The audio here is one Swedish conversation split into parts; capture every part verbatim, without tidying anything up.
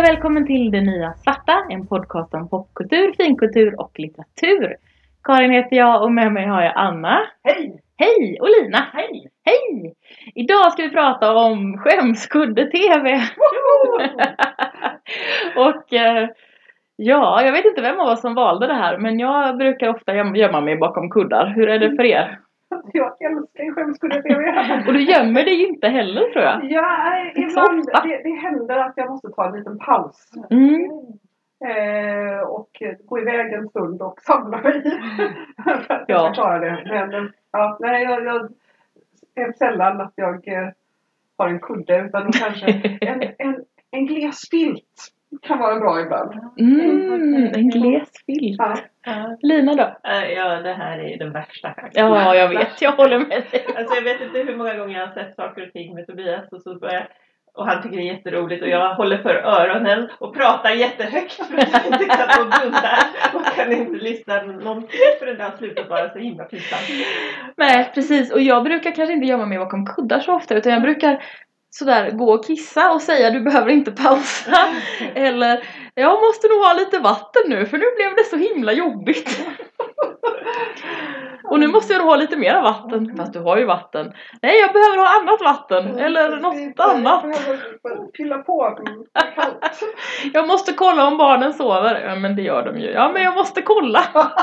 välkommen till Det Nya Svarta, en podcast om popkultur, finkultur och litteratur. Karin heter jag och med mig har jag Anna. Hej! Hej! Och Lina. Hej! Hej! Idag ska vi prata om skämskudde-tv. och eh, ja, jag vet inte vem av oss som valde det här, men jag brukar ofta gömma mig bakom kuddar. Hur är det för er? Jag älskar skämskudde-tv. Och du gömmer dig inte heller, tror jag. Ja, ibland det, det händer att jag måste ta en liten paus. Mm. Eh, och gå iväg en stund och samla mig. för att jag ska klara det. Men ja, nej, jag, jag är sällan att jag eh, har en kudde, utan kanske en, en, en gles filt kan vara bra ibland. Mm, en gles filt. Ja. Ja. Lina då? Ja, det här är den värsta. Ja, jag vet. Jag håller med dig. Alltså jag vet inte hur många gånger jag har sett saker och ting med Tobias och så börjar, och han tycker det är jätteroligt och jag håller för öronen och pratar jättehögt för att jag inte kan få blunda och kan inte lyssna någonting för den där slutet bara så himla pinsamt. Nej, precis. Och jag brukar kanske inte gömma mig bakom kuddar så ofta, utan jag brukar sådär gå och kissa och säga du behöver inte pausa. Eller jag måste nog ha lite vatten nu för nu blev det så himla jobbigt. Och nu måste jag nog ha lite mer vatten. Fast du har ju vatten. Nej, jag behöver ha annat vatten. Eller något annat. Fylla på. Jag måste kolla om barnen sover. Ja, men det gör de ju. Ja, men jag måste kolla.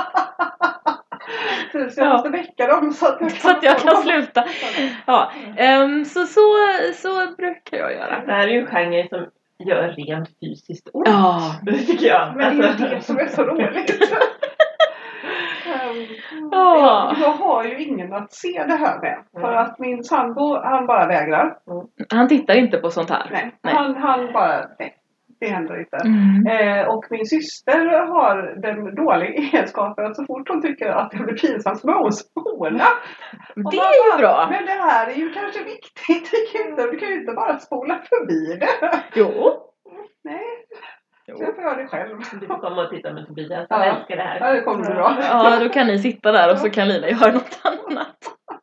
Så jag måste väcka dem så att jag kan, så att jag kan sluta. Ja, um, så, så, så brukar jag göra. Det här är ju en genre som gör rent fysiskt ont. Ja, det tycker jag. Men det är ju det som är så roligt. um, ja. jag, jag har ju ingen att se det här med. För att min sambo, han bara vägrar. Han tittar inte på sånt här. Nej, nej. Han, han bara... Nej. Det händer inte. Mm. Eh, och min syster har den dåliga egenskapen att så fort hon tycker att det blir pinsamt så börjar hon spola. Det är ju bra. Men det här är ju kanske viktigt. Du kan ju inte, du kan ju inte bara spola förbi det. Jo. Nej. Jo. Så jag får göra det själv. Du får komma och titta med Tobias. Jag ja. älskar det här. Ja, det kommer bli bra. Ja, då kan ni sitta där och så kan Lina göra något annat.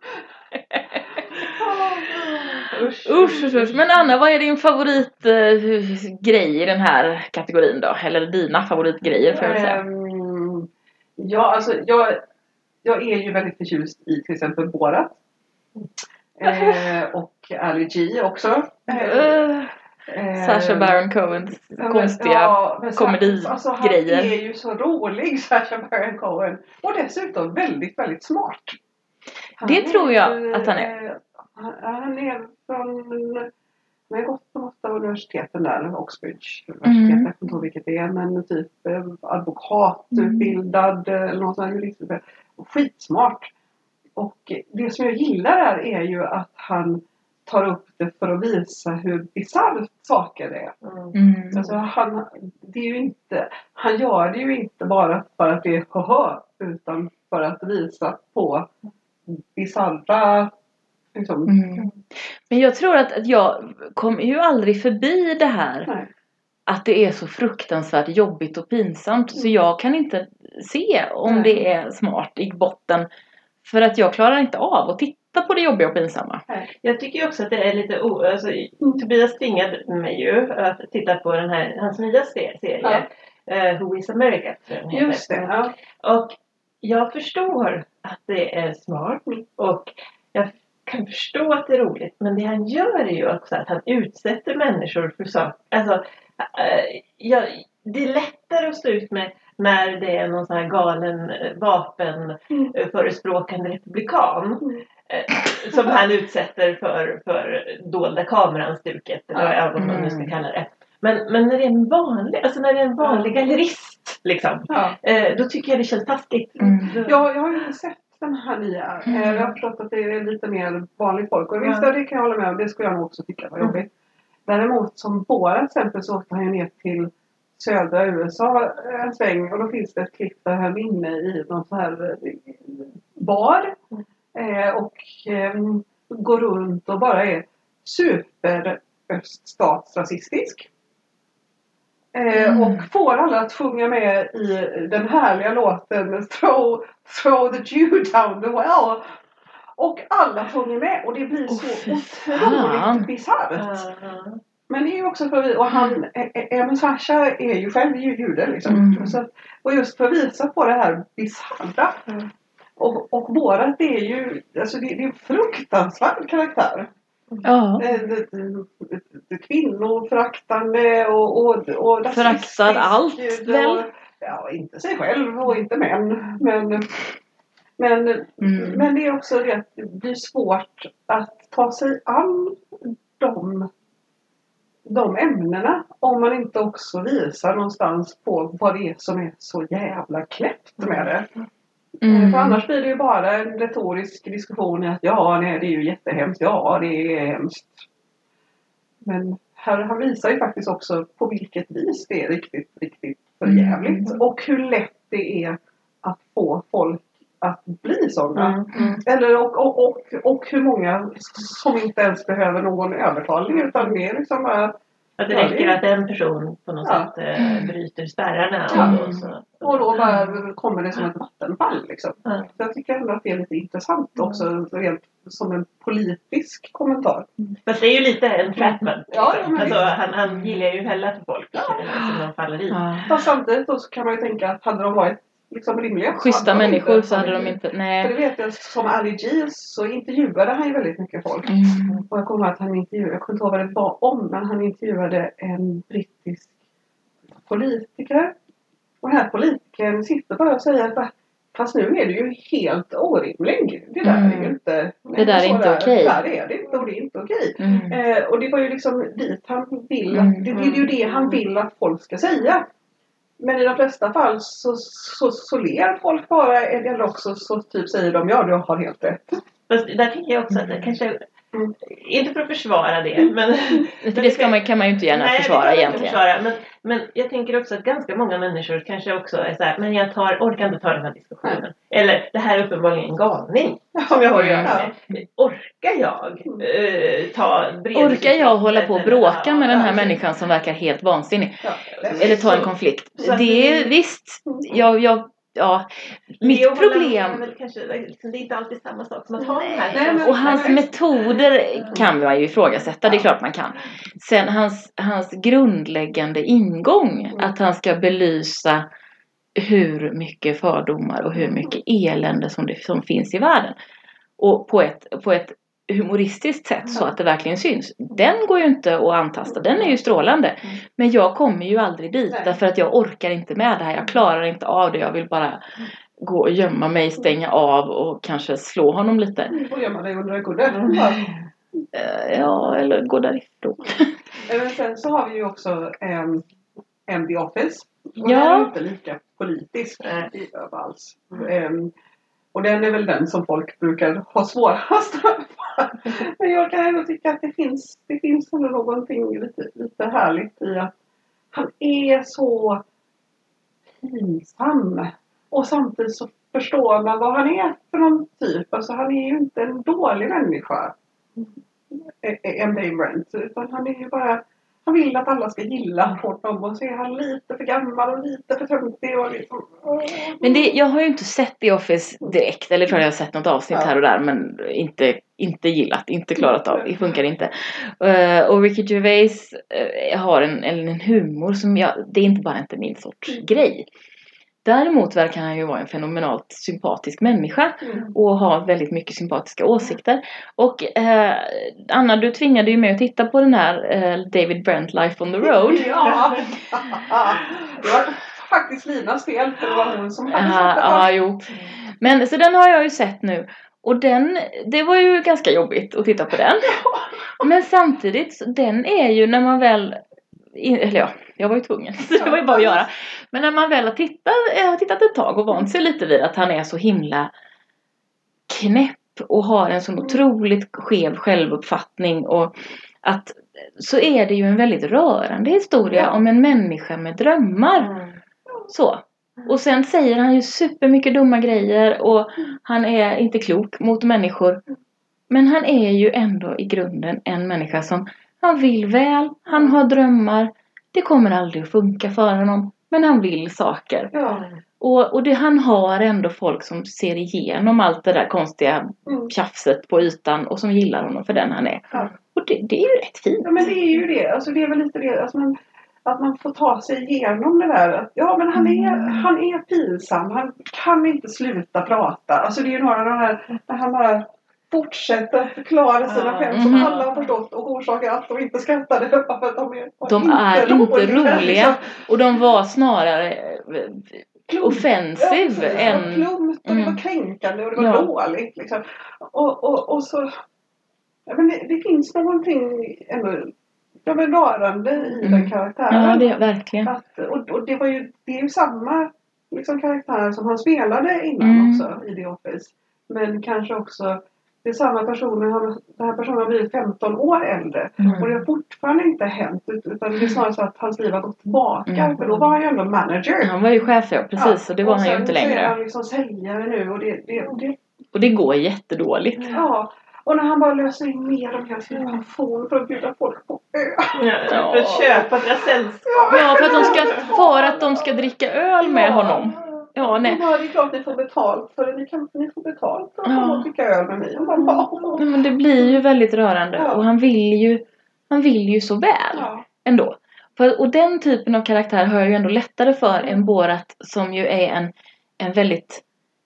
Usch, usch, usch. Men Anna, vad är din favoritgrej uh, i den här kategorin då? Eller dina favoritgrejer får jag säga? Um, ja, alltså jag, jag är ju väldigt förtjust i till exempel Borat. Uh, och Ali G också. Uh, uh, Sacha Baron Cohens konstiga ja, komedigrejer. Alltså han är ju så rolig, Sacha Baron Cohen. Och dessutom väldigt, väldigt smart. Han det tror jag är, att han är. Han, han är från... Han har gått på något av universiteten där, Oxbridge universitetet, mm. jag vet inte vilket det är, men typ advokatutbildad mm. eller något sånt, liksom, skitsmart. Och det som jag gillar där är ju att han tar upp det för att visa hur bisarrt saker är. Mm. Alltså han, det är ju inte, han gör det ju inte bara för att det är haha, utan för att visa på bisarra liksom. Mm. Men jag tror att, att jag kommer ju aldrig förbi det här. Nej. Att det är så fruktansvärt jobbigt och pinsamt. Mm. Så jag kan inte se om Nej. det är smart i botten. För att jag klarar inte av att titta på det jobbiga och pinsamma. Nej. Jag tycker ju också att det är lite... O- alltså, mm. Tobias tvingade mig ju att titta på den här, hans nya serie. Ja. Uh, Who is America? Just det, ja. Och jag förstår att det är smart. Och jag kan förstå att det är roligt, men det han gör är ju också att han utsätter människor för saker. Alltså, äh, ja, det är lättare att stå ut med när det är någon sån här galen vapen mm. förespråkande republikan mm. äh, som han utsätter för, för dolda kameran-stuket, eller ja. vad man nu ska kalla det. Men, men när det är en vanlig, alltså när det är en vanlig gallerist, liksom, ja. äh, då tycker jag det känns taskigt. Mm. Ja, jag har ju inte sett den här nya. Mm. Jag har förstått att det är lite mer vanligt folk. Och visst, ja. det kan jag hålla med om. Det skulle jag nog också tycka var jobbigt. Mm. Däremot som Borat till exempel så åkte han ju ner till södra U S A en sväng. Och då finns det ett klipp där han är inne i någon så här bar. Mm. Eh, och eh, går runt och bara är super öststatsrasistisk. Eh, mm. Och får alla att sjunga med i den härliga låten Throw, throw the Jew down the well. Och alla sjunger med. Och det blir så oh, otroligt bisarrt. Uh-huh. Men det är ju också för vi, och han, Emil Sasha är ju själv jude liksom. Mm. Så, och just för att visa på det här bisarra. Mm. Och, och Borat det är ju, alltså det, det är en fruktansvärd karaktär. Ja. Det, det, det, kvinnoföraktande och, och, och Föraktar allt och, väl? Ja, inte sig själv och inte män. Men, men, Mm. men det är också det att det blir svårt att ta sig an de, de ämnena om man inte också visar någonstans på vad det är som är så jävla knäppt med det. Mm. För annars blir det ju bara en retorisk diskussion i att ja, nej, det är ju jättehemskt, ja, det är hemskt. Men här, han visar ju faktiskt också på vilket vis det är riktigt, riktigt förjävligt. Mm. Och hur lätt det är att få folk att bli sådana. Mm. Mm. Eller, och, och, och, och hur många som inte ens behöver någon övertalning utan det är liksom bara... Att det räcker att en person på något ja. sätt äh, bryter spärrarna. Ja. Och, så. och då bara kommer det som ett vattenfall liksom. Ja. Så jag tycker ändå att det är lite intressant också rent som en politisk kommentar. Fast det är ju lite en Flatman. Ja, liksom. men Alltså, visst. han, han gillar ju heller för folk Ja. som de faller i. Ja. Fast samtidigt då så kan man ju tänka att hade de varit liksom rimliga Schyssta hade de människor inte- så hade de inte... För Nej. det vet jag, som Ali G så intervjuade han ju väldigt mycket folk. Mm. Och jag kommer ihåg att han intervjuade, jag kommer inte ihåg vad det var om, men han intervjuade en brittisk politiker. Och den här politikern sitter bara och säger att fast nu är det ju helt orimlig. Det där Mm. är ju inte... Det där är så inte där- okej. Det där är det inte och det är inte okej. Mm. Eh, och det var ju liksom dit han vill att, Mm. det, det är ju det han vill att folk ska säga. Men i de flesta fall så, så, så ler folk bara eller också så typ säger de ja du har helt rätt. Fast där tänker jag också att det kanske... Mm. Inte för att försvara det, men... För det ska man, kan man ju inte gärna Nej, försvara det kan man inte egentligen. försvara, men, men jag tänker också att ganska många människor kanske också är så här, men jag tar, orkar inte ta den här diskussionen. Eller det här är uppenbarligen en galning som jag har att göra med. Orkar jag eh, ta bred Orkar jag hålla på och bråka Ja, med den här ja. människan som verkar helt vansinnig? Ja, Eller ta en konflikt. Så att Det är vi- visst. Jag, jag, ja. Mitt Leo håller med, problem... väl kanske, liksom, det är inte alltid samma sak som att ha den här. Nej, men- Och hans Nej. metoder kan man ju ifrågasätta, det är klart man kan. Sen hans, hans grundläggande ingång, att han ska belysa hur mycket fördomar och hur mycket elände som, det, som finns i världen. Och på ett, på ett humoristiskt sätt så att det verkligen syns. Den går ju inte att antasta, den är ju strålande. Men jag kommer ju aldrig dit Nej. därför att jag orkar inte med det här. Jag klarar inte av det, jag vill bara gå och gömma mig, stänga av och kanske slå honom lite. Du får gömma dig under en kudde. Ja. Eh, Ja, eller gå därifrån. Men sen så har vi ju också en, en The Office. Och Ja. den är ju inte lika politisk i alls. Um, och den är väl den som folk brukar ha svårast för. Men jag kan ändå tycka att det finns, det finns ändå någonting lite, lite härligt i att han är så pinsam. Och samtidigt så förstår man vad han är för någon typ. Alltså han är ju inte en dålig människa. M. Dave Brent. Utan han är ju bara... Han vill att alla ska gilla honom. Och så är han lite för gammal och lite för töntig. Och liksom, Men det, jag har ju inte sett The Office direkt. Eller klart jag har sett något avsnitt Ja. här och där. Men inte, inte gillat, inte klarat av. Det funkar inte. Uh, och Ricky Gervais uh, har en, en humor som jag... Det är inte bara inte min sorts grej. Däremot verkar han ju vara en fenomenalt sympatisk människa. Mm. Och ha väldigt mycket sympatiska åsikter. Och eh, Anna, du tvingade ju mig att titta på den här eh, David Brent Life on the Road. Ja. Det var faktiskt Linas fel. För det var hon som hade Ja, sett det ja, först. jo. Men så den har jag ju sett nu. Och den, det var ju ganska jobbigt att titta på den. Men samtidigt, så den är ju när man väl... In, eller ja, jag var ju tvungen. Så det var ju bara att göra. Men när man väl har tittat, har tittat ett tag och vant sig lite vid att han är så himla knäpp och har en sån otroligt skev självuppfattning och att så är det ju en väldigt rörande historia Ja. om en människa med drömmar. Mm. Så. Och sen säger han ju supermycket dumma grejer och han är inte klok mot människor. Men han är ju ändå i grunden en människa som han vill väl, han har drömmar. Det kommer aldrig att funka för honom, men han vill saker. Ja. Och, och det, han har ändå folk som ser igenom allt det där konstiga Mm. tjafset på ytan och som gillar honom för den han är. Ja. Och Och det, det är ju rätt fint. Ja, men det är ju det. Alltså det är väl lite det. Alltså man, att man får ta sig igenom det där. Att, ja, men han är, mm. han är pinsam. Han kan inte sluta prata. Alltså det är ju några av de här, när han bara fortsätter förklara sina skämt mm. som alla har förstått och orsakar att de inte skrattade. För att de är, de inte är inte roliga. roliga. Och de var snarare offensiv ja, än... Det var plumpt och det var kränkande och det var ja. dåligt. Liksom. Och, och, och så... Ja, men det, det finns någonting ändå... De är rörande i mm. den karaktären. Ja, det är verkligen. Att, och, och det var ju, det är ju samma liksom, karaktär som han spelade innan mm. också i The Office. Men kanske också, det är samma personer, han, den här personen har blivit femton år äldre. Mm. Och det har fortfarande inte hänt, utan det är snarare så att hans liv har gått tillbaka. Mm. För då var han ju ändå manager. Han var ju chef, ja, precis. Ja. Och det var och han ju inte längre. Och sen är han liksom säljare nu. Och det, det, det, och det går jättedåligt. Ja. Och när han bara löser in mer och mer sin pension för att bjuda folk på öl. Ja, för att köpa deras sällskap. Ja, för att de ska, för att de ska dricka öl med ja. honom. Ja, nej. Ja, det är klart att ni får betalt för det. Ni, kan, ni får betalt för att ja. dricka öl med mig. Och bara, bara. Ja, men det blir ju väldigt rörande. Ja. Och han vill ju, han vill ju så väl ja. ändå. För, och den typen av karaktär har jag ju ändå lättare för mm. än Borat, som ju är en, en väldigt...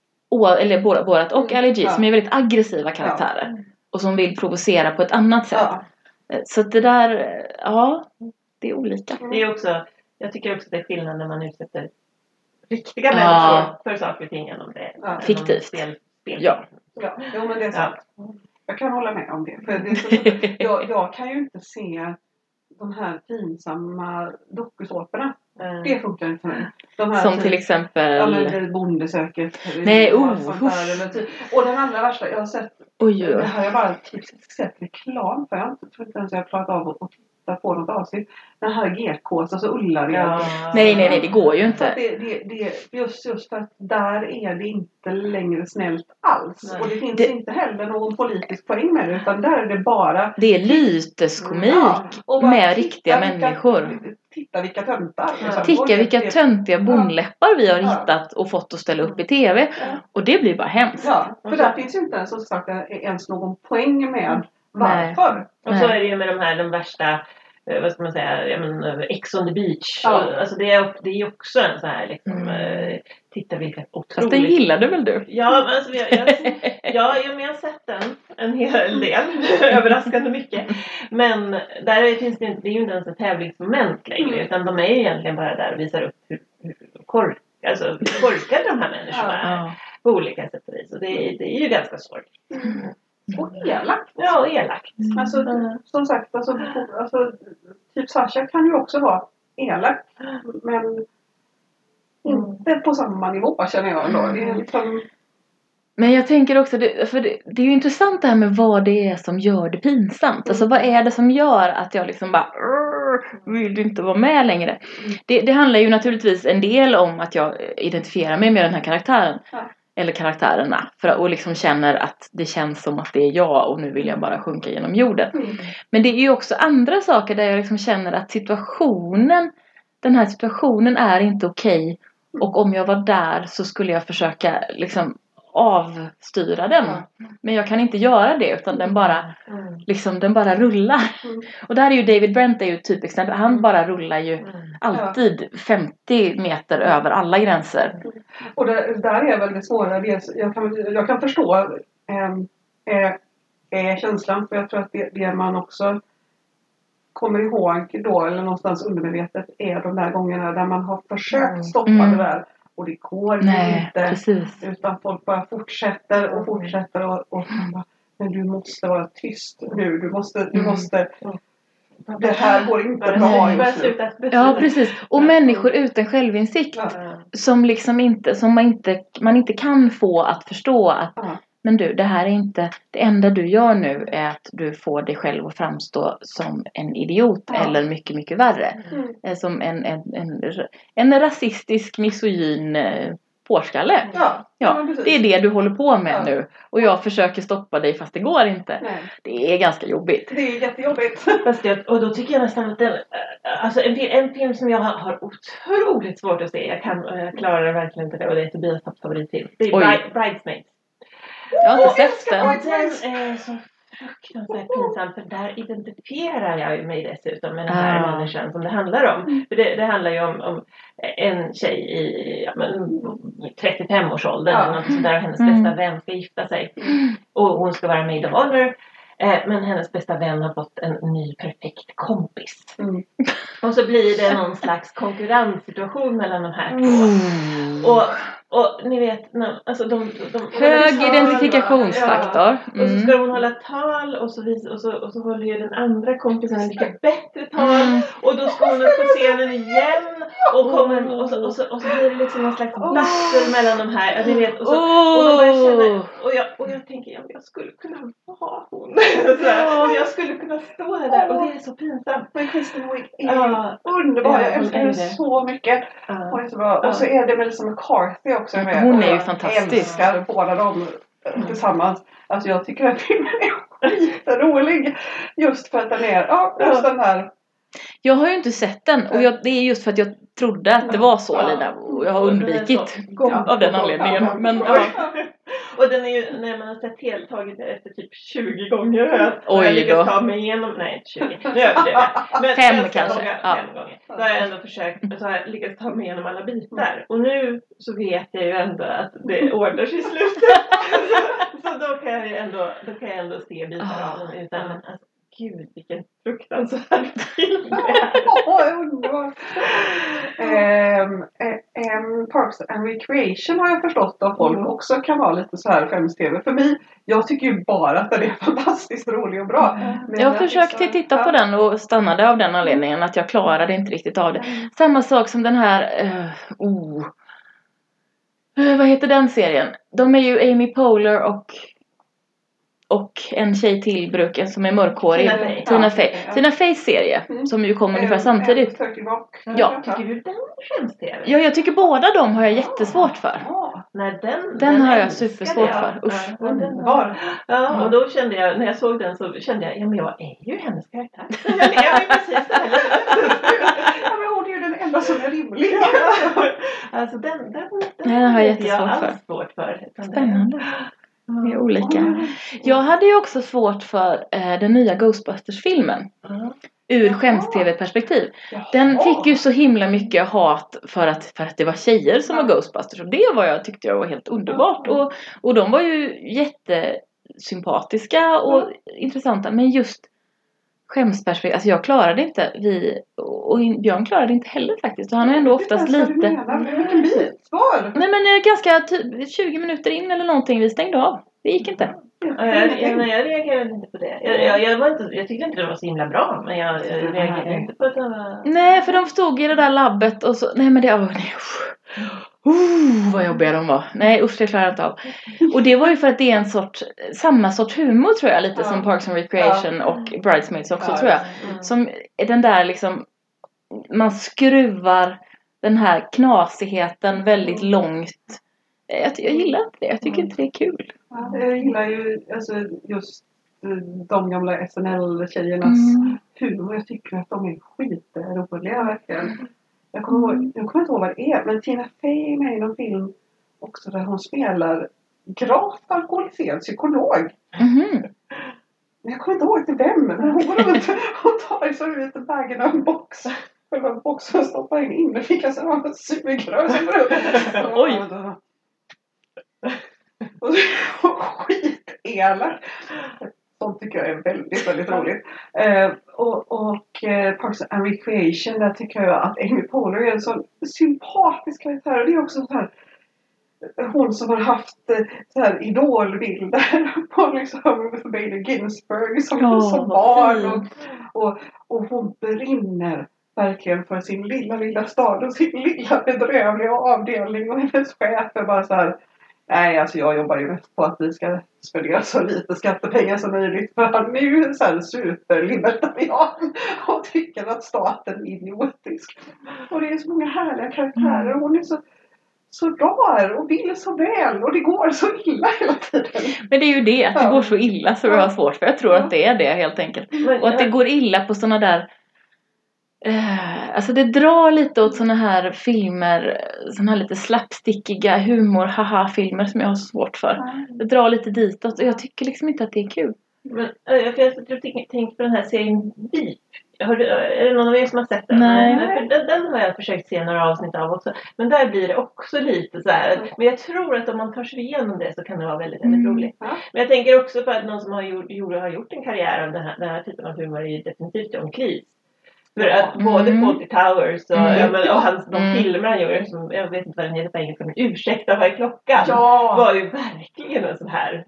eller Borat och Ali G, ja. som är väldigt aggressiva karaktärer ja. och som vill provocera på ett annat sätt. Ja. Så det där, ja, det är olika. Det är också, jag tycker också att det är skillnad när man utsätter riktiga ja. människor för saker och ting genom det. Ja. Fiktivt. Spel, spel. Ja. Ja, jo, men det är sant. Ja. Jag kan hålla med om det. För det är så, jag, jag kan ju inte se de här pinsamma dokusåporna. Mm. Det funkar inte för mig. De här som typ, till exempel... Ja, men bondesöket. Nej, oh, där, typ. Och den andra värsta, jag har sett... Oj, det här har jag bara typ sett reklam för. Jag inte, tror inte ens jag har klarat av att titta på något avsnitt. Den här G K, alltså Ullared. Ja. Nej, nej, nej, det går ju inte. Det, det, det, just, just för att där är det inte längre snällt alls. Nej. Och det finns det... inte heller någon politisk poäng med det. Utan där är det bara... Det är lyteskomik ja. med riktiga vilka, människor. Titta vilka töntar. Liksom. Titta vilka töntiga bonläppar vi har ja. hittat och fått att ställa upp i tv. Ja. Och det blir bara hemskt. Ja, för där finns ju inte ens, som sagt, ens någon poäng med varför. Nej. Och så är det ju med de här, de värsta, vad ska man säga, jag menar, Ex on the beach. Ja. Och, alltså det är, det är också en så här liksom, mm. titta vilka otroligt... Fast den gillade väl du? Ja, men alltså, jag, jag, jag, jag, jag har sett den en hel del. Överraskande mycket. Men där finns det inte, det är ju inte ens ett tävlingsmoment längre. Mm. Utan de är ju egentligen bara där och visar upp hur, hur kork, alltså, korkade de här människorna ja. är på olika sätt och vis. Och det, det är ju ganska svårt. Mm. Och elakt. Ja, elakt. Mm. Alltså, som sagt, alltså, alltså, typ Sasha kan ju också vara elak. Men inte på samma nivå, känner jag ändå. Det är liksom... Men jag tänker också, det, för det, det är ju intressant det här med vad det är som gör det pinsamt. Mm. Alltså vad är det som gör att jag liksom bara, vill du inte vara med längre? Mm. Det, det handlar ju naturligtvis en del om att jag identifierar mig med den här karaktären. Ja. Eller karaktärerna. För, och liksom känner att det känns som att det är jag och nu vill jag bara sjunka genom jorden. Mm. Men det är ju också andra saker där jag liksom känner att situationen, den här situationen är inte okej. Och om jag var där så skulle jag försöka liksom avstyra den. Mm. Men jag kan inte göra det utan den bara mm. liksom, den bara rullar. Mm. Och där är ju David Brent är ju ett typexempel. Han mm. bara rullar ju mm. alltid ja. femtio meter mm. över alla gränser. Mm. Och det, där är väl det svåra. Det är, jag, kan, jag kan förstå äh, äh, äh, känslan. För jag tror att det, det man också kommer ihåg då, eller någonstans undermedvetet, är de där gångerna där man har försökt stoppa mm. det där. Och det går Nej, inte. Precis. Utan folk bara fortsätter och fortsätter. Och, och bara, men du måste vara tyst nu. Du måste, du mm. måste. Det här går inte bra. Ja, precis. Och människor utan självinsikt. Ja. Som liksom inte, som man inte, man inte kan få att förstå att ja. Men du, det här är inte, det enda du gör nu är att du får dig själv att framstå som en idiot ja. Eller mycket, mycket värre. Mm. Som en, en, en, en rasistisk, misogyn påskalle. Ja, ja, det är det du håller på med ja. Nu. Och jag försöker stoppa dig fast det går inte. Nej. Det är ganska jobbigt. Det är jättejobbigt. Fast jag, och då tycker jag nästan att den, alltså en, en film som jag har, har otroligt svårt att se. Jag, kan, jag klarar verkligen inte det. Och det är Tobias favoritfilm. Det är Bride, Bridesmaids. Jag har inte sett den. Den är så fruktansvärt pinsamt, för där identifierar jag ju mig dessutom med den här Ah. människan som det handlar om. För det, det handlar ju om, om en tjej i ja, men, trettiofem-årsåldern Ja. eller något sånt där, och hennes Mm. bästa vän ska gifta sig. Och hon ska vara maid of honor. Eh, men hennes bästa vän har fått en ny perfekt kompis. Mm. Och så blir det någon slags konkurrenssituation mellan de här två. Mm. Och, och ni vet, när, alltså de, de, de Hög tal, identifikationsfaktor. ja. Och så ska Mm. hon hålla tal och så, vis, och, så, och så håller ju den andra kompisen en mycket bättre tal. Mm. Och då ska hon upp på scenen igen. Och, kommer, och, så, och, så, och så blir det liksom någon slags battle mellan de här. Ja, ni vet, och, så, och man bara känner, och jag, och jag tänker, ja, jag skulle kunna vara hon. Så här, och jag skulle kunna stå där, och det är så pinsamt. Men Kristen Wiig är Ja. underbar. Ja, Jag hon älskar är henne det. så mycket. Ja. Hon är så bra. Ja. Och så är det Melissa McCarthy också med. Hon Och är ju jag fantastisk. älskar båda dem tillsammans. Alltså jag tycker att filmen är skitrolig. Just för att den är, ja, just Ja. den här. Jag har ju inte sett den, och jag, det är just för att jag trodde att det var så, Lina, och jag har undvikit av den anledningen. Men ja. Och den är ju, när man har sett heltaget efter typ tjugo gånger har jag, har jag Oj lyckats då. ta mig igenom, nej inte tjugo, nu överdriver jag. Men Fem ganska kanske, många, ja. fem gånger. Då har jag ändå försökt, så har jag lyckats ta mig igenom alla bitar. Och nu så vet jag ju ändå att det ordnar sig i slutet. Så då kan jag ju ändå, då kan jag ändå se bitar av den utan, men alltså, gud vilken fruktansvärd film det är. Åh, underbart. Um, um, Parks and Recreation har jag förstått av folk Mm. också kan vara lite så här skäms-tv. För mig, jag tycker ju bara att den är fantastiskt rolig och bra. Men Jag att försökte liksom- titta på den och stannade av den anledningen att jag klarade inte riktigt av det. Samma sak som den här, uh, oh. Uh, vad heter den serien? De är ju Amy Poehler och och en tjej till bruken som är mörkhårig. Tina Fey. Tina Ja, Fey. ja. Tina Feys serie Mm. som ju kom ungefär Um, samtidigt. um, thirty Rock. Ja. Tycker du den är skäms-tv? Ja, jag tycker båda de har jag jättesvårt för. Ja. Nej, den, Den har jag älskade supersvårt jag. för. Usch. Ja, den Underbar. var- ja, och då kände jag, när jag såg den så kände jag, ja men jag är ju hennes karaktär. Jag lever ju precis det här livet. Ja, men hon är ju den enda som är rimlig. Alltså den, den, den, Den har jag inte jättesvårt alls för. svårt för. utan det- Spännande. Det är Ja. olika. Jag hade ju också svårt för eh, den nya Ghostbusters-filmen. Ja. Ur Jaha. skäms-tv-perspektiv. Jaha. Den fick ju så himla mycket hat för att, för att det var tjejer som Ja. var Ghostbusters. Och det var jag, tyckte jag var helt underbart. Och, och de var ju jättesympatiska och intressanta. Men just skämsperspektiv. Alltså jag klarade inte. Vi, och Björn klarade inte heller faktiskt. Och han är ändå oftast Jag vet inte lite... ens vad du menar. Vilken bit var? Nej men eh, ganska typ tjugo minuter in eller någonting. Vi stängde av. Det gick inte. Ja, jag, jag, nej, jag reagerade inte på det. Jag, jag, jag, var inte, jag tyckte inte det var så himla bra. Men jag, jag reagerade inte på att det var... Nej, för de stod i det där labbet och så... Nej, men det... Oh, nej, usch. Uh, vad jobbiga de var. Nej, usch, det klarar jag inte av. Och det var ju för att det är en sorts... Samma sorts humor, tror jag. Lite Ja. som Parks and Recreation Ja. och Bridesmaids också, Ja, tror jag. Mm. Som är den där liksom... Man skruvar den här knasigheten väldigt långt. Jag, jag gillar inte det. Jag tycker inte det är kul. Ja, jag gillar ju alltså, just eh, de gamla S N L-tjejernas Mm. humor. Jag tycker att de är skitroliga verkligen. Jag kommer, ihåg, jag kommer inte ihåg vad det är, men Tina Fey är med i någon film också där hon spelar gravt alkoholiserad psykolog. Mhm. Men jag kommer inte ihåg till vem, men hon går runt och tar så ut en bagen av en box. Själva boxen stoppar in in och fick jag så här sugrör som går upp. Oj. Och skitelak. Sånt tycker jag är väldigt, väldigt roligt. Eh, och och eh, Parks and Recreation, där tycker jag att Amy Poehler är en sån sympatisk karaktär. Och det är också så här, hon som har haft eh, så här idolbilder på liksom Ruth Bader Ginsburg som, Ja, som vad barn. fint. Och, och, och hon brinner verkligen för sin lilla, lilla stad och sin lilla bedrövliga avdelning. Och hennes chef är bara så här: nej, alltså jag jobbar ju mest på att vi ska spendera så lite skattepengar som möjligt. För han är ju en sån här superlibertarian och tycker att staten är idiotisk. Och det är så många härliga karaktärer. Och hon är så, så rar och vill så väl. Och det går så illa hela tiden. Men det är ju det, att det Ja. går så illa så jag har svårt för. Jag tror Ja. att det är det helt enkelt. Men, Och att det går illa på såna där... Eh, alltså det drar lite åt såna här filmer, såna här lite slapstickiga humor, haha filmer som jag har svårt för. Det drar lite ditåt och jag tycker liksom inte att det är kul. Men jag har tänkt på den här serien Beep. Har du, är det någon av er som har sett den? Nej. För den, den har jag försökt se några avsnitt av också. Men där blir det också lite så här. Men jag tror att om man tar sig igenom det så kan det vara väldigt, väldigt Mm. roligt. Men jag tänker också på att någon som har gjort, gjort, har gjort en karriär av den här, den här typen av humor är ju definitivt John Cleese. För att Mm. både Fawlty Towers och, Mm. ja, men, och hans, de Mm. filmer han gör, som, jag vet inte vad den heter på engelska, men Ursäkta, vad är klockan? Ja. Var ju verkligen en sån här.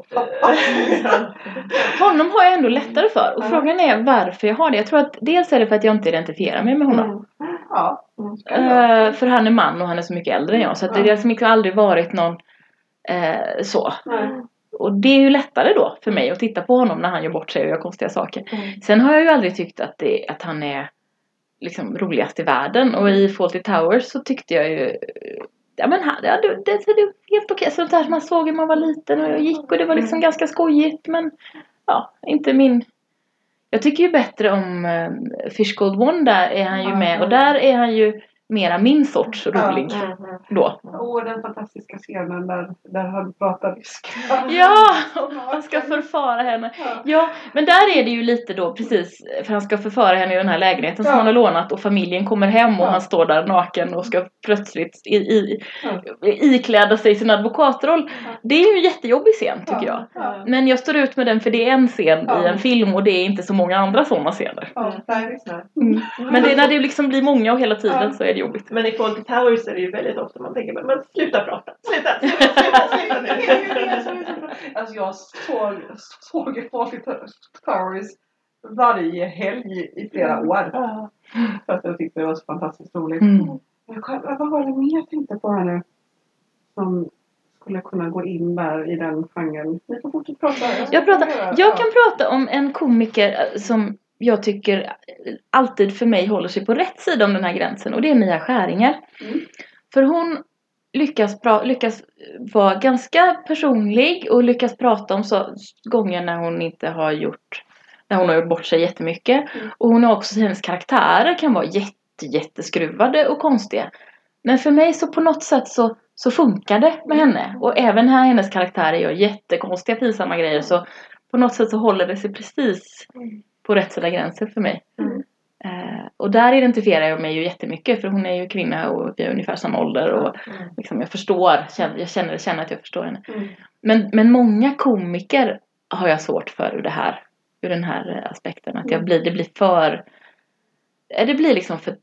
Honom har jag ändå lättare för. Och frågan är varför jag har det. Jag tror att dels är det för att jag inte identifierar mig med honom. Mm. Ja. Uh, för han är man och han är så mycket äldre än jag. Så att det har liksom inte aldrig varit någon uh, så. Nej. Och det är ju lättare då för mig att titta på honom när han gör bort sig och gör konstiga saker. Mm. Sen har jag ju aldrig tyckt att, det, att han är liksom roligast i världen. Och i Fawlty Towers så tyckte jag ju... Ja men han, ja, det, det, det är helt okej. Sånt där som man såg när man var liten och jag gick. Och det var liksom Mm. ganska skojigt. Men ja, inte min... Jag tycker ju bättre om uh, Fish Called One. Där är han ju Mm. med. Och där är han ju mera min sorts rolig. Mm. Då. Och den fantastiska scenen där, där han pratar ryska. Ja, och han ska förfara henne. Ja. Ja, men där är det ju lite då precis, för han ska förfara henne i den här lägenheten som Ja. han har lånat och familjen kommer hem och Ja. han står där naken och ska plötsligt i, i, Ja. ikläda sig sin advokatroll. Ja. Det är ju en jättejobbig scen tycker jag. Ja. Men jag står ut med den för det är en scen Ja. i en film och det är inte så många andra sådana scener. Ja, där visst. Mm. Men det, när det liksom blir många och hela tiden Ja. så är det jobbigt. Men i Fawlty Towers är det ju väldigt ofta man tänker, men, men sluta prata, sluta, sluta, sluta, sluta nu. Det är ju det som är så bra. Alltså jag såg, såg Fawlty Towers varje helg i flera år. Ja. För att jag tyckte det var så fantastiskt roligt. Mm. Jag, kan- vad var det mer jag tänkte på här nu? Som skulle kunna gå in där i den genren. Ni får fortsätta prata. Jag, pratar, göra- jag kan prata om en komiker som jag tycker alltid för mig håller sig på rätt sida om den här gränsen. Och det är Mia Skäringer. Mm. För hon lyckas, pra- lyckas vara ganska personlig och lyckas prata om så gånger när hon inte har gjort, när hon har gjort bort sig jättemycket. Mm. Och hon har också, hennes karaktärer kan vara jätte, jätteskruvade och konstiga. Men för mig så på något sätt så, så funkar det med henne. Och även här hennes karaktärer gör jättekonstiga pinsamma grejer så på något sätt så håller det sig precis på rätt sida gränsen för mig. Mm. Eh, och där identifierar jag mig ju jättemycket för hon är ju kvinna och vi är ungefär samma ålder och liksom jag förstår, känner, jag känner, känner att jag förstår henne. Mm. Men, men många komiker har jag svårt för ur det här, ur den här aspekten att jag blir, det blir för eh, det blir liksom för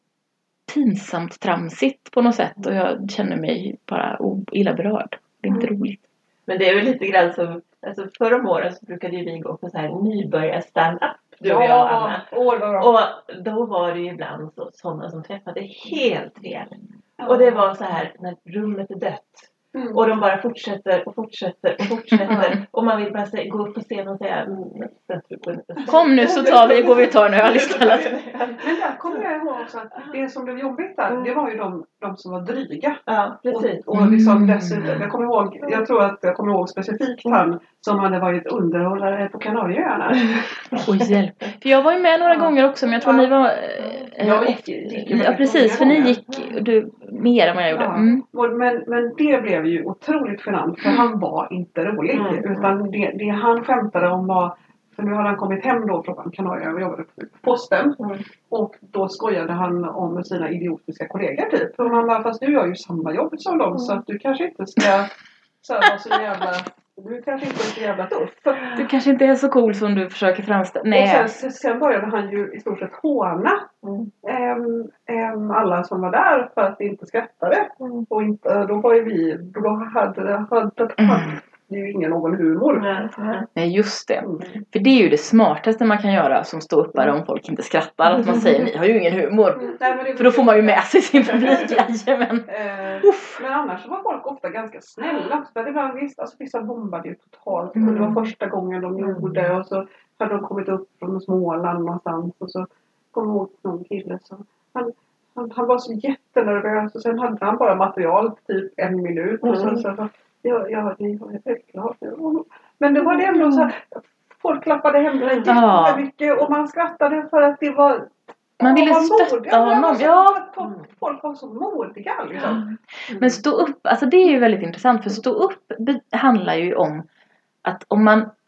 pinsamt tramsigt på något sätt och jag känner mig bara o- illa berörd. Det är inte roligt. Men det är väl lite grann som, alltså förra om åren så brukade ju vi gå på så här nybörjar stand-up, du och jag, Anna. Åh, vad bra. Och då var det ju ibland så, sådana som träffade helt fel. Och det var så här, när rummet är dött. Mm. Och de bara fortsätter och fortsätter och fortsätter. Och man vill bara säga, gå upp på scenen och säga mm, sätt på en- Kom nu så tar vi, går vi och tar en öl istället. Men där kommer jag ihåg också att det som blev jobbigt där, det var ju de, de som var dryga. Ja, precis. Och, och liksom Mm. dessutom, jag kommer ihåg, jag tror att jag kommer ihåg specifikt han som hade varit underhållare på Kanarieöarna. Oj, hjälp. För jag var ju med några Ja. gånger också men jag tror ni var eh, Jag eh, gick- gick ju ja väldigt precis för många ni gånger. gick du mer än vad jag gjorde. Ja. Mm. Och- Men, men det blev ju otroligt genant för han var inte rolig. Mm. Utan det, det han skämtade om var, för nu hade han kommit hem då från Kanarieöarna och jobbade på posten. Mm. Och då skojade han om sina idiotiska kollegor typ. Och man bara, fast du gör ju samma jobb som dem så att du kanske inte ska så här, vara så jävla, du kanske inte är så jävla tuff. Du kanske inte är så cool som du försöker framställa. Och Nej. sen, sen började han ju i stort sett håna Mm. äm, äm, alla som var där för att de inte skrattade. Mm. Och inte, då var ju vi, då hade, hade, hade det ju ingen någon humor. Nej, så här. Nej, just det. Mm. För det är ju det smartaste man kan göra som ståuppare om folk inte skrattar. Att man säger, ni har ju ingen humor. Nej, men det- För då får man ju med sig sin publik. Jajamän. Eh, Uff. men annars så var folk ofta ganska snälla. För det var visst, alltså vissa bombade ju totalt. Mm. Och det var första gången de gjorde. Och så hade de kommit upp från Småland någonstans. Och så kom jag ihåg någon kille som... Han, han, han var så jättenervös. Och sen hade han bara material typ en minut. Och så, Mm. så, så ja, ja, det var helt klart. Men det var det ändå så här... Folk klappade händerna Ja. jättemycket. Och man skrattade för att det var... Man ville var stötta modiga. honom, Alltså, ja. Folk, folk var så modiga liksom. Men stå upp, alltså det är ju väldigt intressant. För stå upp be- handlar ju om att om man,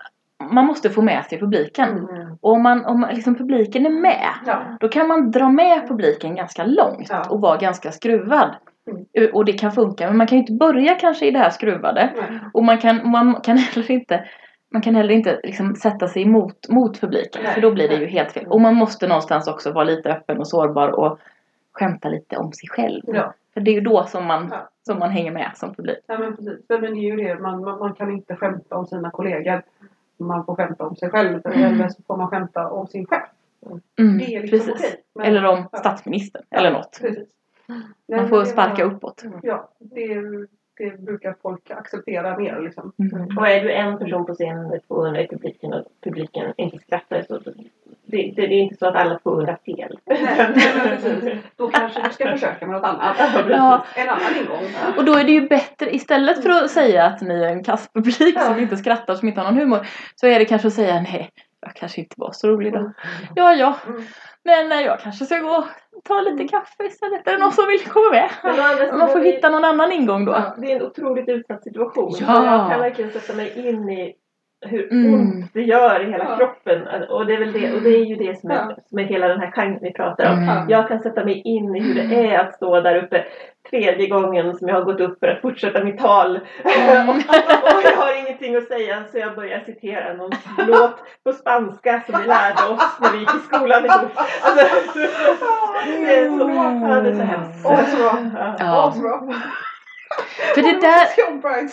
man måste få med sig publiken. Mm. Och om, man, om liksom publiken är med, Ja. då kan man dra med publiken ganska långt Ja. och vara ganska skruvad. Mm. Och det kan funka, men man kan ju inte börja kanske i det här skruvade. Nej. Och man kan, man kan heller inte, man kan heller inte liksom sätta sig emot mot publiken, Nej. för då blir det ju helt fel. Och man måste någonstans också vara lite öppen och sårbar och skämta lite om sig själv. Ja. För det är ju då som man, Ja. som man hänger med som publik. Ja, men precis. Men det är ju det, man, man, man kan inte skämta om sina kollegor. Man får skämta om sig själv. Mm. Eller så får man skämta om sin chef. Mm, Det är liksom precis. okej. Men- Eller om ja. statsministern, eller något. Precis. Nej, Man men får det sparka var- uppåt. Ja, det, det brukar folk acceptera mer liksom. Mm. Och är du en person på scenen med tvåhundra i publiken och publiken inte skrattar så det, det, det är inte så att alla tvåhundra har fel. Nej, men precis. Då kanske du ska försöka med något annat. Ja. En annan ingång. Och då är det ju bättre, istället för att säga att ni är en kasspublik Ja. som inte skrattar, som inte har någon humor, så är det kanske att säga nej, jag kanske inte var så rolig då. Mm. Ja, ja. Mm. Men nej, jag kanske ska gå och ta lite kaffe istället. Är det någon som vill komma med? Men å andra sidan Man får är det- hitta någon annan ingång då. Ja, det är en otroligt utsatt situation. Ja. Jag kan verkligen sätta mig in i hur Mm. ont det gör i hela Ja. kroppen. Och det är väl det, och det är ju det som är, Ja. som är hela den här genren vi pratar om. Mm. Jag kan sätta mig in i hur det är att stå där uppe tredje gången som jag har gått upp för att fortsätta mitt tal. Mm. och, och jag har ingenting att säga så jag börjar citera någon låt på spanska som vi lärde oss när vi gick i skolan ihop. Alltså, det är så, ja, det är så hemskt. Åh, så bra. Ja. Åh, så bra. För det där... John Bright.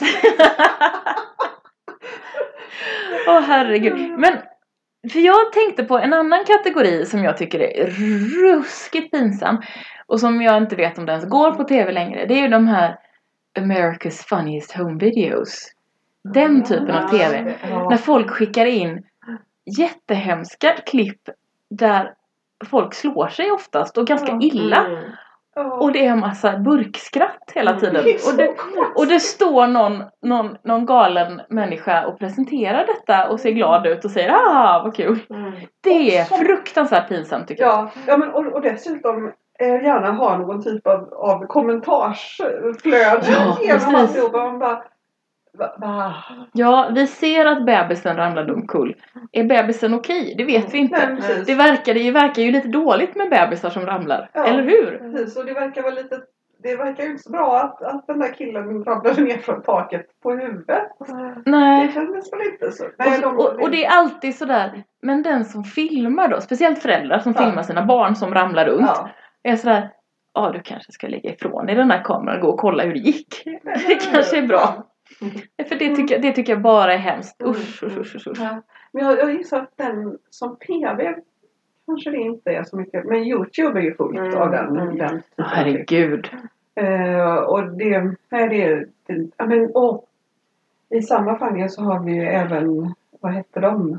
Åh herregud. Men för jag tänkte på en annan kategori som jag tycker är ruskigt pinsam. Och som jag inte vet om den ens går på tv längre. Det är ju de här America's Funniest Home Videos. Den typen av tv. Ja. När folk skickar in jättehemska klipp där folk slår sig oftast och ganska illa. Mm. Och det är en massa burkskratt hela tiden. Det är så Och det, konstigt. och det står någon, någon, någon galen människa och presenterar detta och ser glad ut och säger ah vad kul. Mm. Det är Och så- fruktansvärt pinsamt tycker jag. Ja, ja men och, och dessutom eh, gärna ha någon typ av, av kommentarsflöde Ja, genom precis. alltihopa. Man bara, va, va? Ja, vi ser att bebisen ramlade omkull. Är bebisen okej? Det vet vi inte. Nej, precis. Det verkar, det verkar ju lite dåligt med bebisar som ramlar. Ja. Eller hur? Precis, och det verkar vara lite, det verkar ju inte så bra att, att den där killen ramlade ner från taket på huvudet. Nej. Det kändes väl inte så. Och, Nej, de, och, och det är alltid sådär. Men den som filmar då, speciellt föräldrar som Ja. filmar sina barn som ramlar runt. Ja. Är sådär, ja du kanske ska lägga ifrån i den här kameran och gå och kolla hur det gick. Det kanske är bra. För det tycker, det tycker jag bara är hemskt. Usch, usch, usch, usch, usch. Ja. Men jag, jag gissar att den som tv kanske det inte är så mycket. Men YouTube är ju fullt Mm. av den. Mm. den typen av klipp. Herregud. Eh, och det, nej, det, det ja, men, åh, i samma genre så har vi ju även, vad hette de?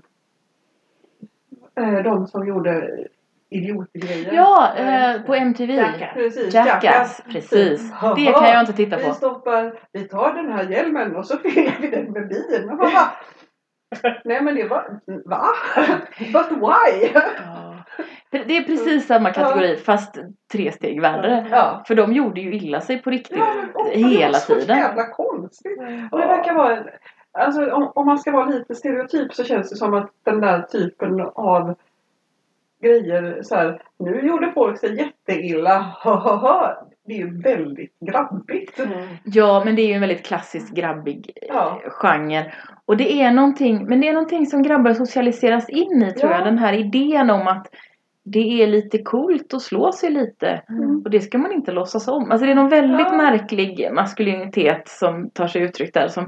Eh, de som gjorde idiotgrejer. Ja, eh, på M T V. Jackass. Precis, Jackass, precis. Det kan jag inte titta Vi på. stoppar, vi tar den här hjälmen och så fyller vi den med bilen. Och man bara, nej men det var, va? But why? Ja. Det är precis samma kategori fast tre steg värre. Ja. För de gjorde ju illa sig på riktigt Ja, men, och, hela det var så tiden. jävla konstigt. Och det verkar vara, alltså om, om man ska vara lite stereotyp så känns det som att den där typen av grejer så här, nu gjorde folk sig jätteilla, hahaha. Det är ju väldigt grabbigt. Mm. Ja, men det är ju en väldigt klassisk grabbig Ja. eh, genre. Och det är någonting, men det är någonting som grabbar socialiseras in i tror Ja. jag. Den här idén om att det är lite coolt att slå sig lite. Mm. Och det ska man inte låtsas om. Alltså det är någon väldigt Ja. märklig maskulinitet som tar sig uttryck där som...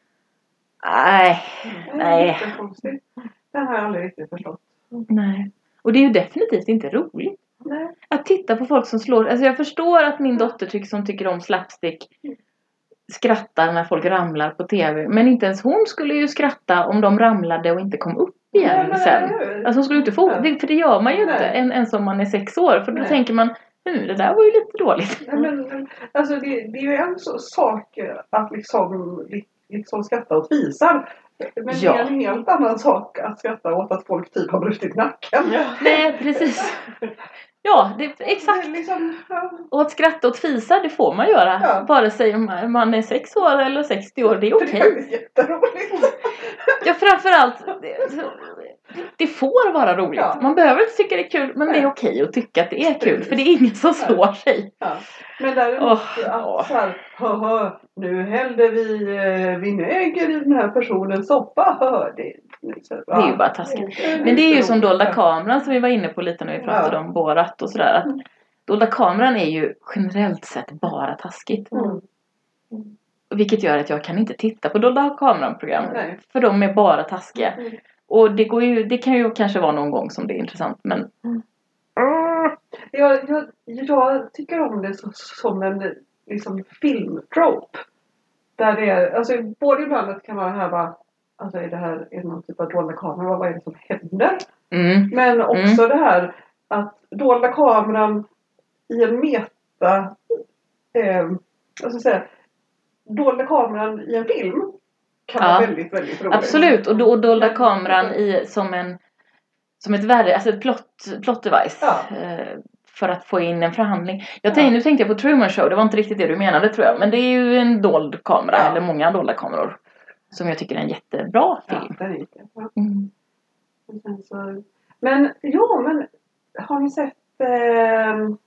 Nej, Det är nej, jättekonstigt. Den har jag aldrig riktigt förstått. nej. Och det är ju definitivt inte roligt. Nej. Att titta på folk som slår. Alltså jag förstår att min dotter tycker, som tycker om slapstick skrattar när folk ramlar på tv. Men inte ens hon skulle ju skratta om de ramlade och inte kom upp igen Nej, men sen. eller hur? Alltså hon skulle inte få, Ja. det, för det gör man ju Nej. inte än, ens om man är sex år. För då Nej. tänker man, hm, det där var ju lite dåligt. Nej, men, alltså det, det är ju en så, sak att liksom, liksom skratta åt visar. Men Ja. det är en helt annan sak att skratta åt att folk typ har brustit nacken. Ja. Nej, precis. Ja, det, exakt. Det är liksom, ja. Och att skratta och fisa, det får man göra. Ja. Vare sig man man är sex år eller sextio år, det är okej. Det är faktiskt jätteroligt. Ja, framförallt, det, det får vara roligt. Ja. Man behöver inte tycka det är kul, men Nej. det är okej att tycka att det är kul. För det är ingen som slår sig. Ja. Men däremot Åh, att åh. så här, haha, nu hällde vi eh, vinäger i den här personens soppa. Haha, det, så, Det är ju bara taskigt. Men det är ju som dolda kameran som vi var inne på lite när vi pratade Ja. om Borat och sådär. Att dolda kameran är ju generellt sett bara taskigt. Mm. Vilket gör att jag kan inte titta på dolda kameran-program. Nej. För de är bara taskiga. Mm. Och det, går ju, det kan ju kanske vara någon gång som det är intressant. Men Jag, jag, jag tycker om det så, som en liksom, filmtrope. Där det är, alltså både ibland att det kan vara här bara, alltså är det här är det någon typ av dolda kamera, vad är det som händer? mm, Men också det här att dolda kameran i en meta, eh, vad ska jag säga, dolda kameran i en film kan Ja. vara väldigt, väldigt roligt. absolut. Och, då, och dolda Men- kameran i, som, en, som ett värde, alltså ett plot, plot device. Ja. Eh, för att få in en förhandling. Jag Ja. tänkte, nu tänkte jag på Truman Show. Det var inte riktigt det du menade tror jag. Men det är ju en dold kamera. Ja. Eller många dolda kameror. Som jag tycker är en jättebra Ja, film. den är jättebra. Mm. Och sen så, men jo, men har ni sett ehm,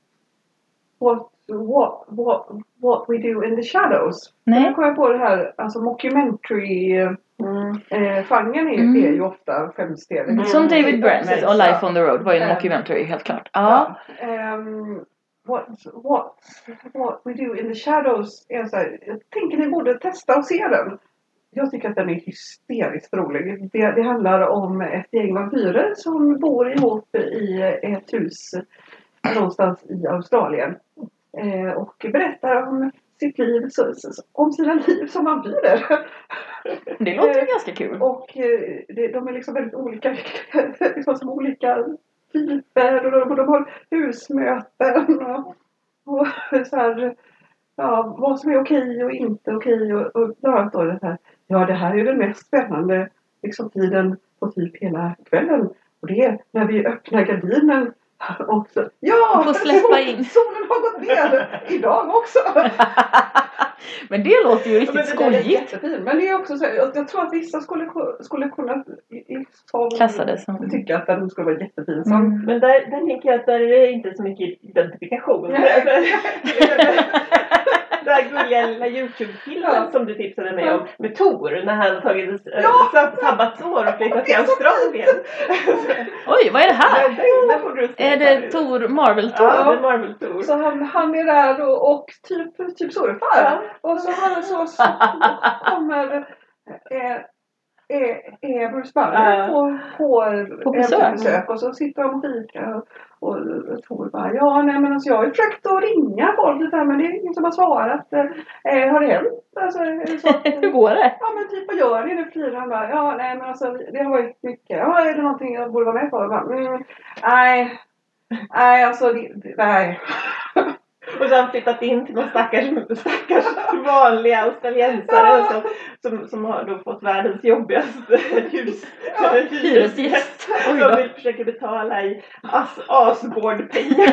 what, what, what, what we do in the shadows? Nej. Jag kommer på det här, alltså mockumentary Mm. eh, genren är, Mm. är ju ofta skämsdelen. Mm. Som David Brent Precis, och Life ja. on the Road var ju en Eh, mockumentary helt klart. Ja. Ja, ehm, what, what, what we do in the shadows är så här, jag tänker ni borde testa och se den. Jag tycker att den är hysteriskt rolig. Det, det handlar om ett gäng vampyrer som bor ihop i ett hus någonstans i Australien. Eh, och berättar om sitt liv, så, så, om sina liv som vampyrer. Det låter ju Eh, ganska kul. Och eh, det, de är liksom väldigt olika, liksom som olika typer och de, och de har husmöten och, och så här, ja, vad som är okej och inte okej och, och bland då det här, ja det här är den mest spännande liksom tiden på typ hela kvällen och det är när vi öppnar gardinen också. Ja, Får släppa sol- in. solen har gått ner idag också. Men det låter ju Ja, riktigt men det där är skojigt. jättefint. Men det är också så här, jag, jag tror att vissa skulle, skulle kunna i, i, som, Klassa det som- tycka att den skulle vara jättefin. Som, Mm. Men där, där tänker jag att där är det inte så mycket identifikation. Nej. Den här gulliga lilla YouTube-filmen Ja. som du tipsade mig om med Tor när han tagit äh, Ja. sab- sabbatsår och flyttat till Australien. Oj, vad är det här? Den- den- den får du se Är där. det Tor, Marvel-Tor? Ja, det är Marvel-Tor. Så han, han är där och, och typ, typ surfar. Ja. Och så, han, så, så kommer eh, eh, eh, Bruce Banner Ja. på, på, På eh, besök. besök. Och så sitter de och fikar. Och, och, och Tor bara, ja nej men alltså jag har ju försökt att ringa folk lite här, men det är ingen som har svarat. Eh, har det hänt? Alltså, är det så att, Hur går det? ja men typ vad gör ni nu för tiden? Bara, ja nej men alltså det har varit mycket. Ja är det någonting jag borde vara med på? Jag bara, mm, nej. Nej alltså det, det, nej. Och så har han flyttat in till någon stackars, stackars vanliga australiensare som, som, som har då fått världens jobbigaste hus. Ja, hyresgäst. Oj Som då. vill försöka betala i as, asgårdpengar.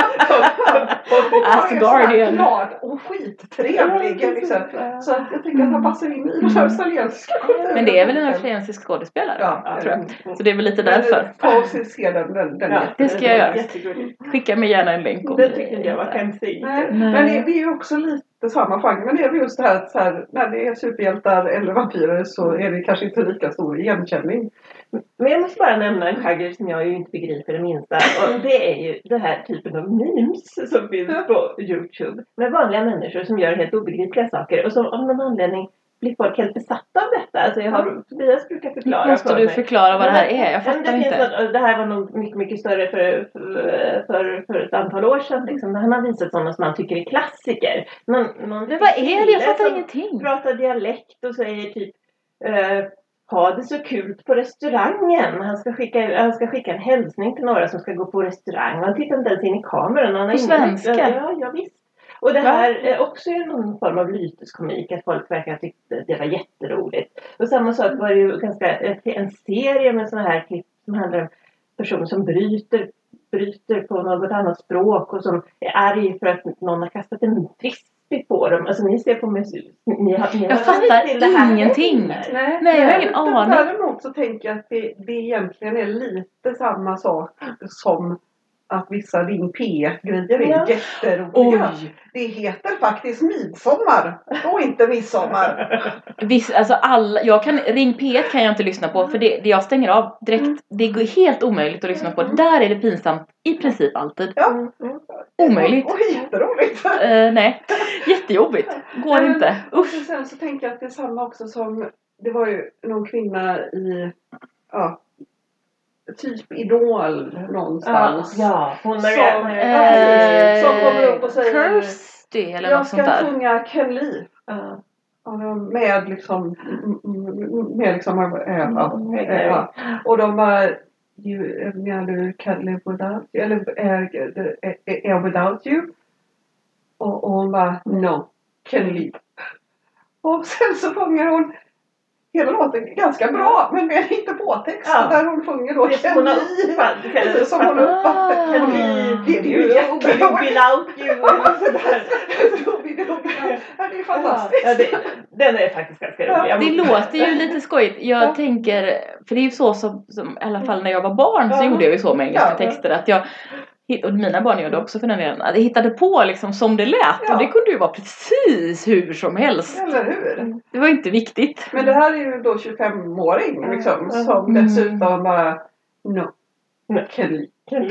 Asgardian. Glad och skittrevlig liksom. Så att jag tycker att han passar in i den australienska kulturen. Men det är väl en australiensisk skådespelare? Ja, tror jag. Så det är väl lite Men, därför. Ta och se, se den. den, den Ja, det ska jag göra. Jättegulligt. Skicka mig gärna en länk om Det tyckte inte jag var hittar. skämsigt. Nej, Nej. men det, det är ju också lite samma genre. Men det är just det här, att så här när det är superhjältar eller vampyrer så är det kanske inte lika stor igenkänning. Men jag måste bara nämna en genre som jag ju inte begriper det minsta. Och det är ju den här typen av memes som finns på YouTube. Med vanliga människor som gör helt obegripliga saker. Och som av någon anledning blir folk helt besatta av detta. Alltså jag har, Tobias brukar förklara Måste för du mig. förklara vad det här är? Jag Men fattar det finns inte. något, det här var nog mycket, mycket större för, för, för, för ett antal år sedan. Liksom. Han har visat sådana som man tycker är klassiker. Någon, någon Men vad är det? Jag fattar som ingenting. pratar dialekt och säger typ eh, ha det så kul på restaurangen. Han ska, skicka, han ska skicka en hälsning till några som ska gå på restaurang. Han tittar inte ens in i kameran. Han har På ingen- svenska? Ja, ja, visst. Och det Va? här är också någon form av lyteskomik. Att folk verkar tyckte det var jätteroligt. Och samma sak var det ju ganska en serie med sådana här klipp som handlar om personer som bryter bryter på något annat språk och som är arg för att någon har kastat en frisbee på dem. Alltså ni ser på mig, ni har, ni har jag fattar ingenting. Nej, Nej, jag har ingen aning. Däremot så tänker jag att det, det egentligen är lite samma sak som att vissa Ring P ett-grejer är Ja. jätteroliga. Oj. Det heter faktiskt midsommar och inte midsommar. Viss, alltså alla, jag kan, Ring P ett kan jag inte lyssna på för det, det jag stänger av direkt. Det går helt omöjligt att lyssna på. Där är det pinsamt i princip alltid. Ja. Mm, mm. Omöjligt. Och, och jätteroligt. Uh, nej, jättejobbigt. Går Nej, men- inte. Och Usch. sen så tänker jag att det är samma också som, det var ju någon kvinna i, ja, typ Idol Ja, någonstans. ja, hon Som, är eh, som kommer upp och säger, Kirsty eller jag något sånt ska där. sjunga Ken Lee. Ja. Med liksom, med liksom, äh, ja, Mm, äh, ja. Och de bara, you, menar du Can live without you? Eller är, är, är without you? Och, och hon bara, no, Can live. Och sen så sjunger hon hela låten ganska bra, men med inte påtext. Ja. Där hon sjunger då Det Can hon har live. uppfattat. Som hon har uppfattat. Ah. Det är ju jättebra. Without you. eller sådär. Ja, det är fantastiskt. Ja, det, den är faktiskt ganska rolig. Jag Det måste- låter ju lite skojigt. Jag Ja. tänker, för det är ju så som, som i alla fall när jag var barn så Ja. gjorde jag ju så med engelska Ja. texter att jag, och mina barn gör det också för den delen, att jag hittade på liksom som det lät Ja. och det kunde ju vara precis hur som helst. Eller hur? Det var inte viktigt. Men det här är ju då tjugofemåring liksom, Mm. som Mm. dessutom bara, no, Nej. Kelly.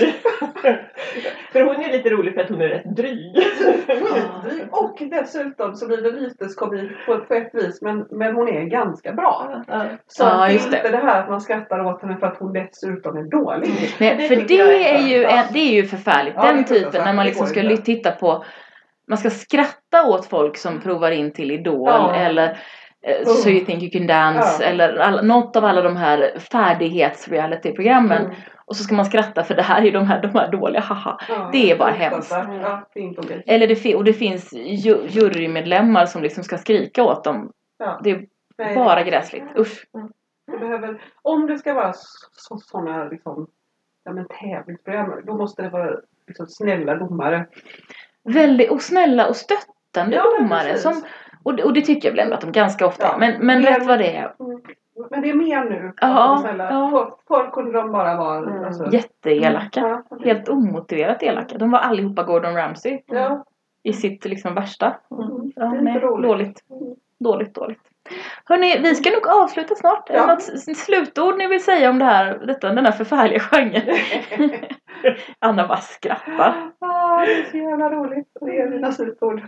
För hon är lite rolig för att hon är rätt dryg. Skitdryg. Och dessutom så blir det lyteskomik på, på ett vis, men, men hon är ganska bra. Ja. Så Ja, att det är just det. inte det här att man skrattar åt henne för att hon dessutom är dålig. Nej, Det för tycker jag det är är ju, bra. en, det är ju förfärligt. Ja, det är Den typen fruktansvärt. när man Det liksom går ska inte. ly- titta på, man ska skratta åt folk som provar in till Idol Ja. eller eh, So You Think You Can Dance Ja. eller all, något av alla de här färdighets-reality-programmen. Mm. Och så ska man skratta för det här är ju de här, de här dåliga, haha. Ja, Det är bara fruktansvärt. hemskt. Ja, det är inte okej. Eller det, fi- och det finns ju, jurymedlemmar som liksom ska skrika åt dem. Ja. Det är Nej, bara gräsligt. Usch. det behöver, om det ska vara så, sådana liksom, ja, men tävlingsprogram, då måste det vara liksom, snälla domare. Väldigt, och snälla och stöttande Ja, men domare. precis. Som, och, det- och det tycker jag väl ändå att de ganska ofta är. Ja. Men, men Men- rätt vad det är. Mm. Men det är mer nu. Ja, Att de är snälla. ja. Förr, förr kunde de bara vara Mm. alltså, Jätteelaka. Ja, Helt omotiverat elaka. De var allihopa Gordon Ramsay. ja. I sitt liksom värsta. Mm. Ja, Det är nej, inte roligt. dåligt. Dåligt, dåligt. Hörrni, vi ska nog avsluta snart. Är det Ja. något s- slutord ni vill säga om det här, detta, den här förfärliga genren? Anna bara skrattar. Ja, det är så jävla roligt. Det är mina slutord.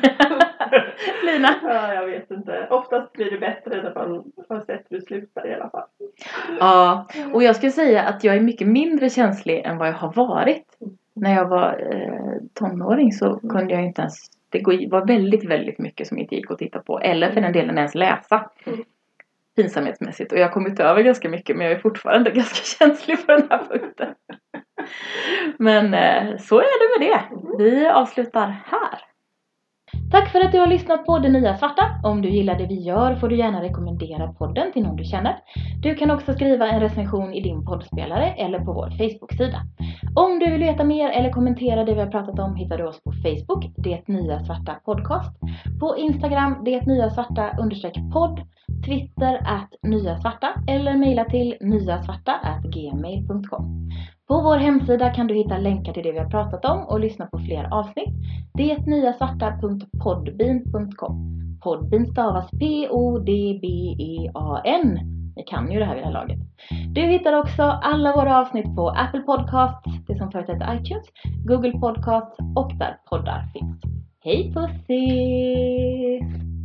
Lina? Ja, jag vet inte. Oftast blir det bättre när man har sett hur det slutar i alla fall. Ja, och jag skulle säga att jag är mycket mindre känslig än vad jag har varit. När jag var eh, tonåring så kunde jag inte ens, det går- var väldigt, väldigt mycket som inte gick att titta på. Eller för den delen ens läsa. Mm. Pinsamhetsmässigt. Och jag har kommit över ganska mycket, men jag är fortfarande ganska känslig på den här punkten. Men eh, så är det med det. Vi avslutar här. Tack för att du har lyssnat på Det Nya Svarta. Om du gillar det vi gör får du gärna rekommendera podden till någon du känner. Du kan också skriva en recension i din poddspelare eller på vår Facebook-sida. Om du vill veta mer eller kommentera det vi har pratat om hittar du oss på Facebook, Det Nya Svarta Podcast. På Instagram, Det Nya Svarta understreck podd. Twitter at Nya Svarta eller mejla till nyasvarta at gmail punkt com. På vår hemsida kan du hitta länkar till det vi har pratat om och lyssna på fler avsnitt. detnyasvarta punkt podbean punkt com. Podbean stavas P O D B E A N. Ni kan ju det här vid det här laget. Du hittar också alla våra avsnitt på Apple Podcasts, det som förut heter iTunes, Google Podcasts och där poddar finns. Hej pussy!